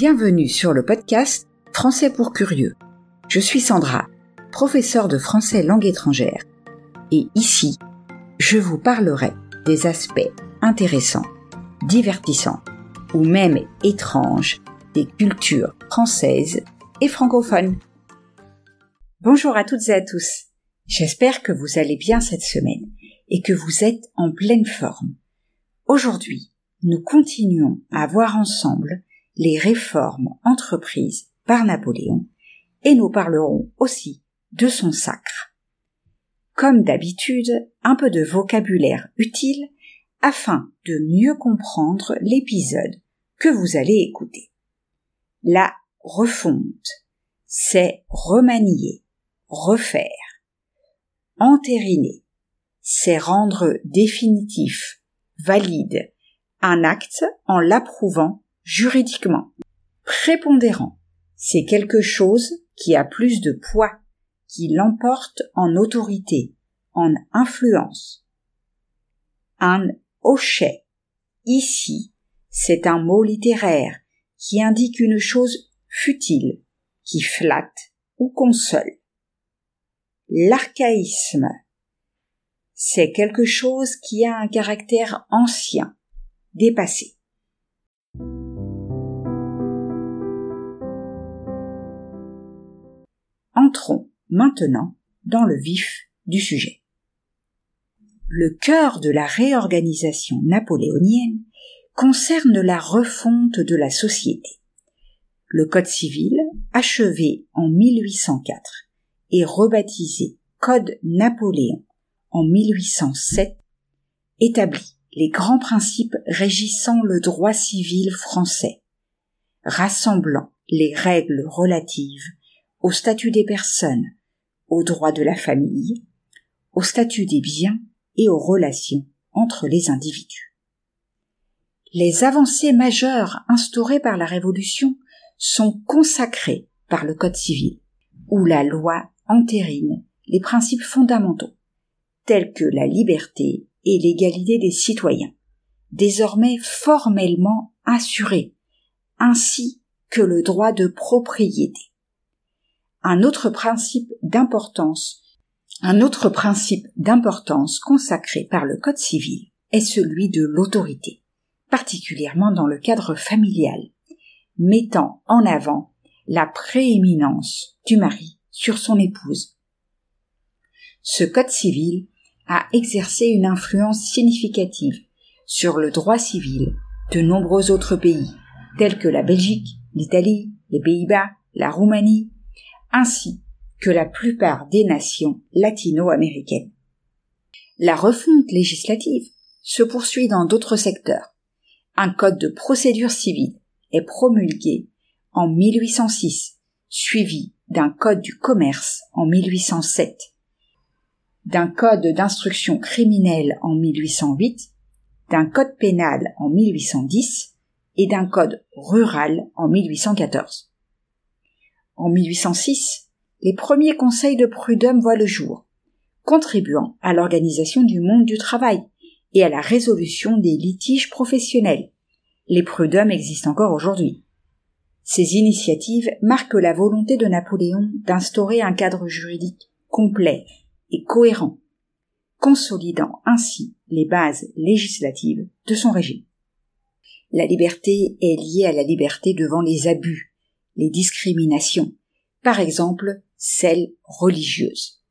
Bienvenue sur le podcast Français pour curieux. Je suis Sandra, professeure de français langue étrangère. Et ici, je vous parlerai des aspects intéressants, divertissants ou même étranges des cultures françaises et francophones. Bonjour à toutes et à tous. J'espère que vous allez bien cette semaine et que vous êtes en pleine forme. Aujourd'hui, nous continuons à voir ensemble les réformes entreprises par Napoléon et nous parlerons aussi de son sacre. Comme d'habitude, un peu de vocabulaire utile afin de mieux comprendre l'épisode que vous allez écouter. La refonte, c'est remanier, refaire. Entériner, c'est rendre définitif, valide, un acte en l'approuvant juridiquement. Prépondérant, c'est quelque chose qui a plus de poids, qui l'emporte en autorité, en influence. Un hochet, ici, c'est un mot littéraire qui indique une chose futile, qui flatte ou console. L'archaïsme, c'est quelque chose qui a un caractère ancien, dépassé. Entrons maintenant dans le vif du sujet. Le cœur de la réorganisation napoléonienne concerne la refonte de la société. Le Code civil, achevé en 1804 et rebaptisé Code Napoléon en 1807, établit les grands principes régissant le droit civil français, rassemblant les règles relatives au statut des personnes, aux droits de la famille, au statut des biens et aux relations entre les individus. Les avancées majeures instaurées par la Révolution sont consacrées par le Code civil, où la loi entérine les principes fondamentaux, tels que la liberté et l'égalité des citoyens, désormais formellement assurés, ainsi que le droit de propriété. Un autre principe d'importance consacré par le Code civil est celui de l'autorité, particulièrement dans le cadre familial, mettant en avant la prééminence du mari sur son épouse. Ce Code civil a exercé une influence significative sur le droit civil de nombreux autres pays, tels que la Belgique, l'Italie, les Pays-Bas, la Roumanie, ainsi que la plupart des nations latino-américaines. La refonte législative se poursuit dans d'autres secteurs. Un code de procédure civile est promulgué en 1806, suivi d'un code du commerce en 1807, d'un code d'instruction criminelle en 1808, d'un code pénal en 1810 et d'un code rural en 1814. En 1806, les premiers conseils de prud'homme voient le jour, contribuant à l'organisation du monde du travail et à la résolution des litiges professionnels. Les prud'hommes existent encore aujourd'hui. Ces initiatives marquent la volonté de Napoléon d'instaurer un cadre juridique complet et cohérent, consolidant ainsi les bases législatives de son régime. La liberté est liée à la liberté devant les abus, les discriminations, par exemple celles religieuses.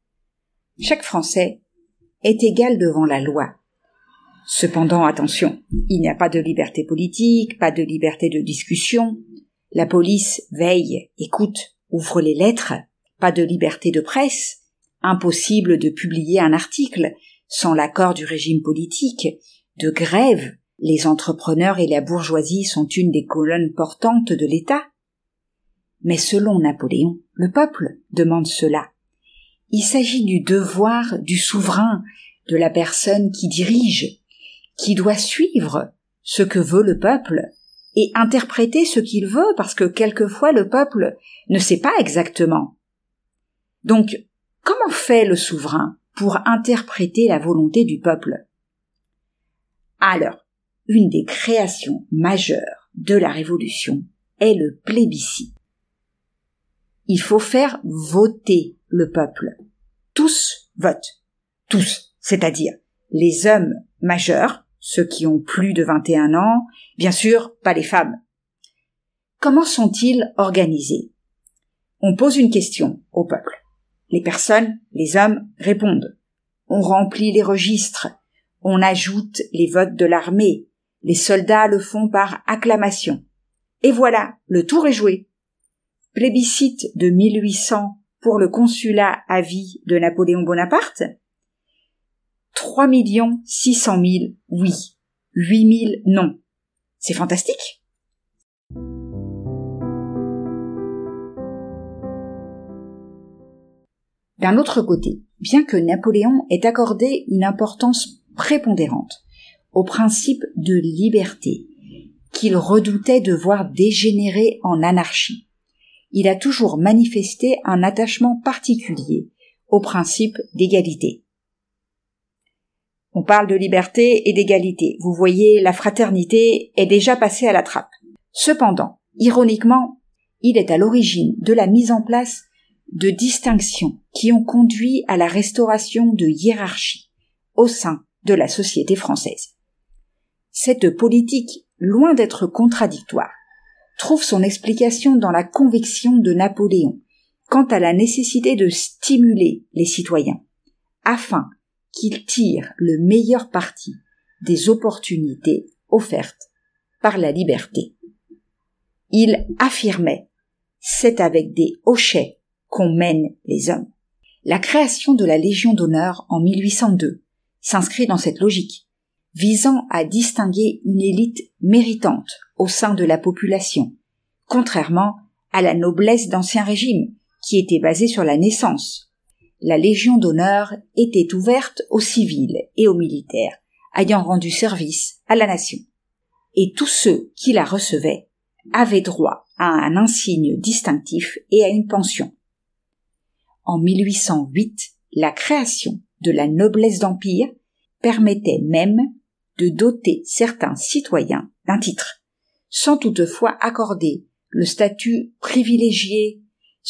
Chaque Français est égal devant la loi. Cependant, attention, il n'y a pas de liberté politique, pas de liberté de discussion. La police veille, écoute, ouvre les lettres, pas de liberté de presse, impossible de publier un article sans l'accord du régime politique, de grève, les entrepreneurs et la bourgeoisie sont une des colonnes portantes de l'État. Mais selon Napoléon, le peuple demande cela. Il s'agit du devoir du souverain, de la personne qui dirige, qui doit suivre ce que veut le peuple et interpréter ce qu'il veut parce que quelquefois le peuple ne sait pas exactement. Donc, comment fait le souverain pour interpréter la volonté du peuple? Alors, une des créations majeures de la Révolution est le plébiscite. Il faut faire voter le peuple. Tous votent. Tous, c'est-à-dire les hommes majeurs, ceux qui ont plus de 21 ans, bien sûr, pas les femmes. Comment sont-ils organisés? On pose une question au peuple. Les personnes, les hommes, répondent. On remplit les registres. On ajoute les votes de l'armée. Les soldats le font par acclamation. Et voilà, le tour est joué. Plébiscite de 1800 pour le consulat à vie de Napoléon Bonaparte. 3 600 000 oui, 8 000 non. C'est fantastique. D'un autre côté, bien que Napoléon ait accordé une importance prépondérante au principe de liberté, qu'il redoutait de voir dégénérer en anarchie, il a toujours manifesté un attachement particulier au principe d'égalité. On parle de liberté et d'égalité. Vous voyez, la fraternité est déjà passée à la trappe. Cependant, ironiquement, il est à l'origine de la mise en place de distinctions qui ont conduit à la restauration de hiérarchies au sein de la société française. Cette politique, loin d'être contradictoire, trouve son explication dans la conviction de Napoléon quant à la nécessité de stimuler les citoyens afin qu'ils tirent le meilleur parti des opportunités offertes par la liberté. Il affirmait « c'est avec des hochets qu'on mène les hommes ». La création de la Légion d'honneur en 1802 s'inscrit dans cette logique, visant à distinguer une élite méritante au sein de la population, contrairement à la noblesse d'Ancien Régime, qui était basée sur la naissance. La Légion d'honneur était ouverte aux civils et aux militaires ayant rendu service à la nation. Et tous ceux qui la recevaient avaient droit à un insigne distinctif et à une pension. En 1808, la création de la noblesse d'Empire permettait même de doter certains citoyens d'un titre, sans toutefois accorder de statut privilégié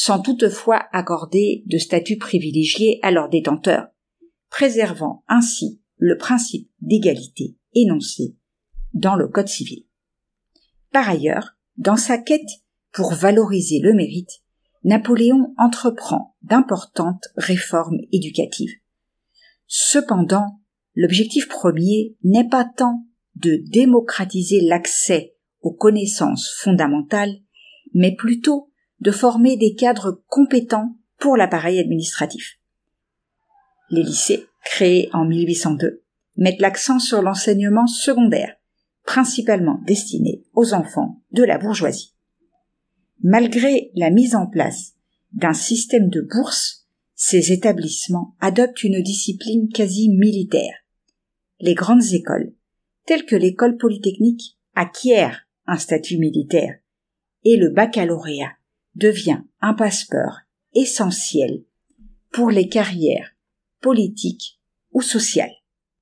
à leurs détenteurs, préservant ainsi le principe d'égalité énoncé dans le Code civil. Par ailleurs, dans sa quête pour valoriser le mérite, Napoléon entreprend d'importantes réformes éducatives. Cependant, l'objectif premier n'est pas tant de démocratiser l'accès aux connaissances fondamentales, mais plutôt de former des cadres compétents pour l'appareil administratif. Les lycées, créés en 1802, mettent l'accent sur l'enseignement secondaire, principalement destiné aux enfants de la bourgeoisie. Malgré la mise en place d'un système de bourses, ces établissements adoptent une discipline quasi militaire. Les grandes écoles, telles que l'école polytechnique, acquièrent un statut militaire et le baccalauréat devient un passeport essentiel pour les carrières politiques ou sociales.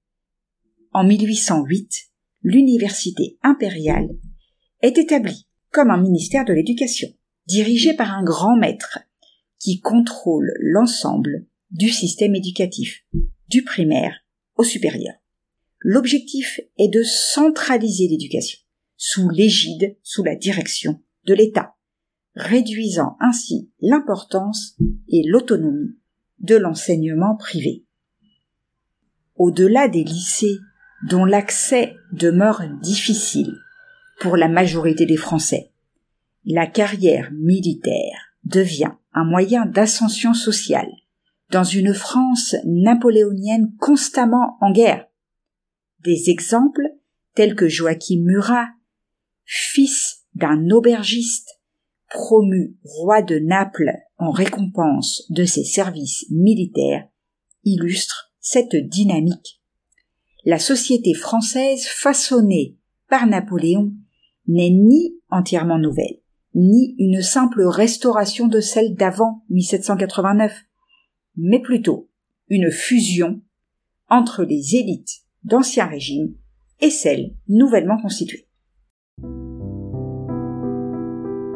En 1808, l'université impériale est établie comme un ministère de l'éducation, dirigé par un grand maître qui contrôle l'ensemble du système éducatif, du primaire au supérieur. L'objectif est de centraliser l'éducation sous la direction de l'État, réduisant ainsi l'importance et l'autonomie de l'enseignement privé. Au-delà des lycées dont l'accès demeure difficile pour la majorité des Français, la carrière militaire devient un moyen d'ascension sociale dans une France napoléonienne constamment en guerre. Des exemples tels que Joachim Murat, fils d'un aubergiste promu roi de Naples en récompense de ses services militaires, illustrent cette dynamique. La société française façonnée par Napoléon n'est ni entièrement nouvelle, ni une simple restauration de celle d'avant 1789, mais plutôt une fusion entre les élites d'Ancien Régime et celles nouvellement constituées.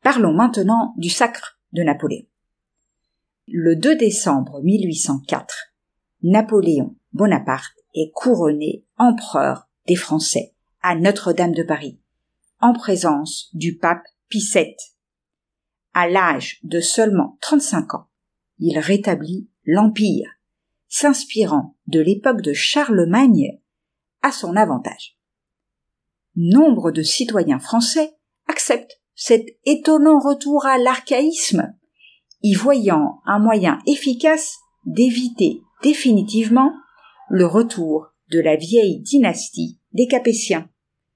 Parlons maintenant du sacre de Napoléon. Le 2 décembre 1804, Napoléon Bonaparte est couronné empereur des Français à Notre-Dame de Paris, en présence du pape Pie VII. À l'âge de seulement 35 ans, il rétablit l'Empire, s'inspirant de l'époque de Charlemagne à son avantage. Nombre de citoyens français acceptent cet étonnant retour à l'archaïsme, y voyant un moyen efficace d'éviter définitivement le retour de la vieille dynastie des Capétiens.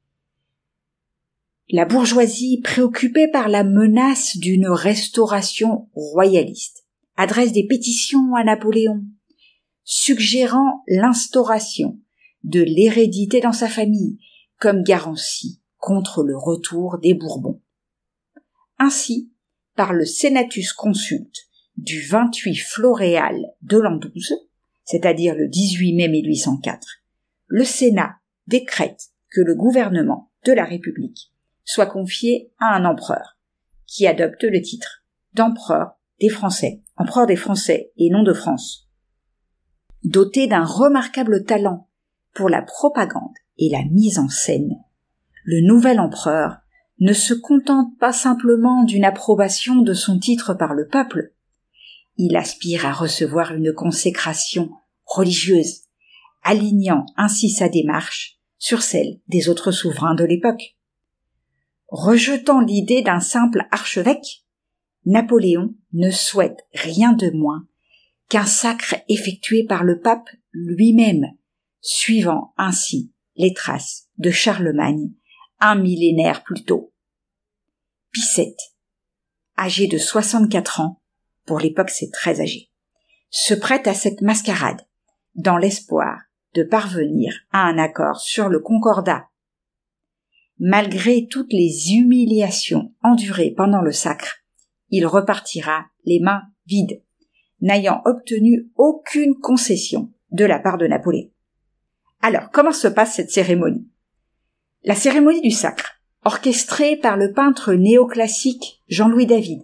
La bourgeoisie, préoccupée par la menace d'une restauration royaliste, adresse des pétitions à Napoléon, suggérant l'instauration de l'hérédité dans sa famille comme garantie contre le retour des Bourbons. Ainsi, par le Senatus Consult du 28 Floréal de l'an 12, c'est-à-dire le 18 mai 1804, le Sénat décrète que le gouvernement de la République soit confié à un empereur, qui adopte le titre d'empereur des Français et non de France. Doté d'un remarquable talent pour la propagande et la mise en scène, le nouvel empereur ne se contente pas simplement d'une approbation de son titre par le peuple, il aspire à recevoir une consécration religieuse, alignant ainsi sa démarche sur celle des autres souverains de l'époque. Rejetant l'idée d'un simple archevêque, Napoléon ne souhaite rien de moins qu'un sacre effectué par le pape lui-même, suivant ainsi les traces de Charlemagne un millénaire plus tôt. Pie VII, âgé de 64 ans, pour l'époque c'est très âgé, se prête à cette mascarade, dans l'espoir de parvenir à un accord sur le concordat. Malgré toutes les humiliations endurées pendant le sacre, il repartira les mains vides, n'ayant obtenu aucune concession de la part de Napoléon. Alors, comment se passe cette cérémonie ? La cérémonie du sacre, orchestrée par le peintre néoclassique Jean-Louis David,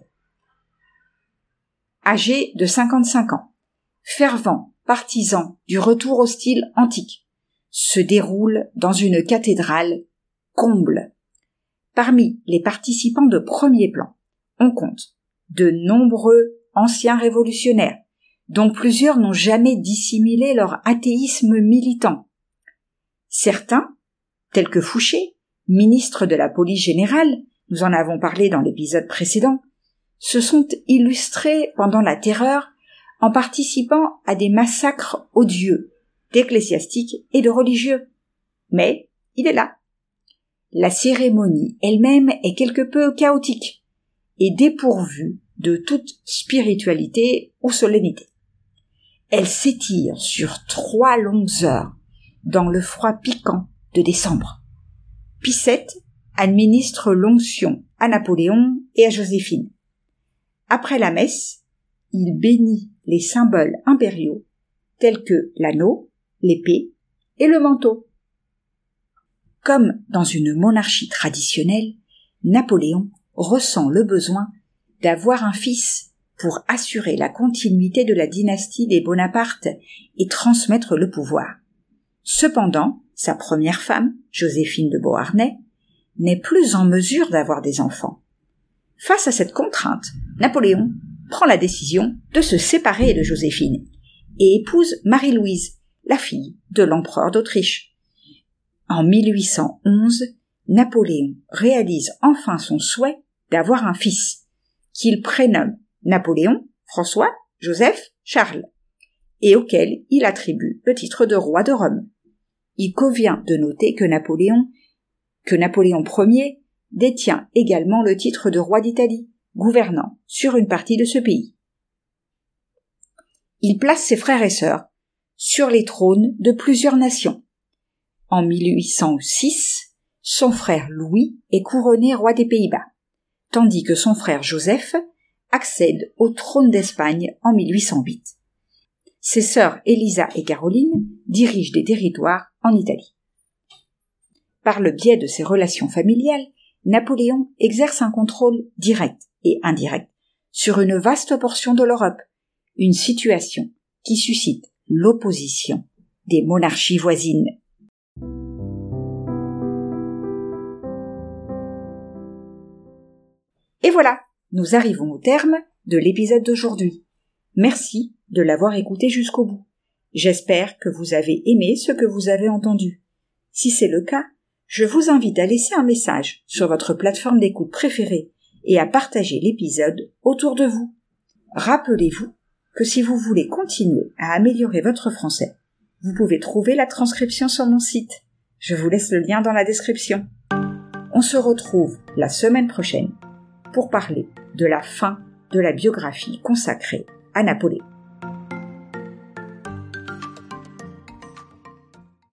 âgé de 55 ans, fervent partisan du retour au style antique, se déroule dans une cathédrale comble. Parmi les participants de premier plan, on compte de nombreux anciens révolutionnaires, dont plusieurs n'ont jamais dissimulé leur athéisme militant. Certains, tels que Fouché, ministre de la police générale, nous en avons parlé dans l'épisode précédent, se sont illustrés pendant la Terreur en participant à des massacres odieux, d'ecclésiastiques et de religieux. Mais il est là. La cérémonie elle-même est quelque peu chaotique et dépourvue de toute spiritualité ou solennité. Elle s'étire sur 3 longues heures dans le froid piquant de décembre. Pie VII administre l'onction à Napoléon et à Joséphine. Après la messe, il bénit les symboles impériaux tels que l'anneau, l'épée et le manteau. Comme dans une monarchie traditionnelle, Napoléon ressent le besoin d'avoir un fils pour assurer la continuité de la dynastie des Bonaparte et transmettre le pouvoir. Cependant, sa première femme, Joséphine de Beauharnais, n'est plus en mesure d'avoir des enfants. Face à cette contrainte, Napoléon prend la décision de se séparer de Joséphine et épouse Marie-Louise, la fille de l'empereur d'Autriche. En 1811, Napoléon réalise enfin son souhait d'avoir un fils, qu'il prénomme Napoléon, François, Joseph, Charles, et auquel il attribue le titre de roi de Rome. Il convient de noter que Napoléon Ier détient également le titre de roi d'Italie, gouvernant sur une partie de ce pays. Il place ses frères et sœurs sur les trônes de plusieurs nations. En 1806, son frère Louis est couronné roi des Pays-Bas, tandis que son frère Joseph accède au trône d'Espagne en 1808. Ses sœurs Élisa et Caroline dirigent des territoires en Italie. Par le biais de ses relations familiales, Napoléon exerce un contrôle direct et indirect sur une vaste portion de l'Europe, une situation qui suscite l'opposition des monarchies voisines. Et voilà, nous arrivons au terme de l'épisode d'aujourd'hui. Merci de l'avoir écouté jusqu'au bout. J'espère que vous avez aimé ce que vous avez entendu. Si c'est le cas, je vous invite à laisser un message sur votre plateforme d'écoute préférée et à partager l'épisode autour de vous. Rappelez-vous que si vous voulez continuer à améliorer votre français, vous pouvez trouver la transcription sur mon site. Je vous laisse le lien dans la description. On se retrouve la semaine prochaine pour parler de la fin de la biographie consacrée à Napoléon.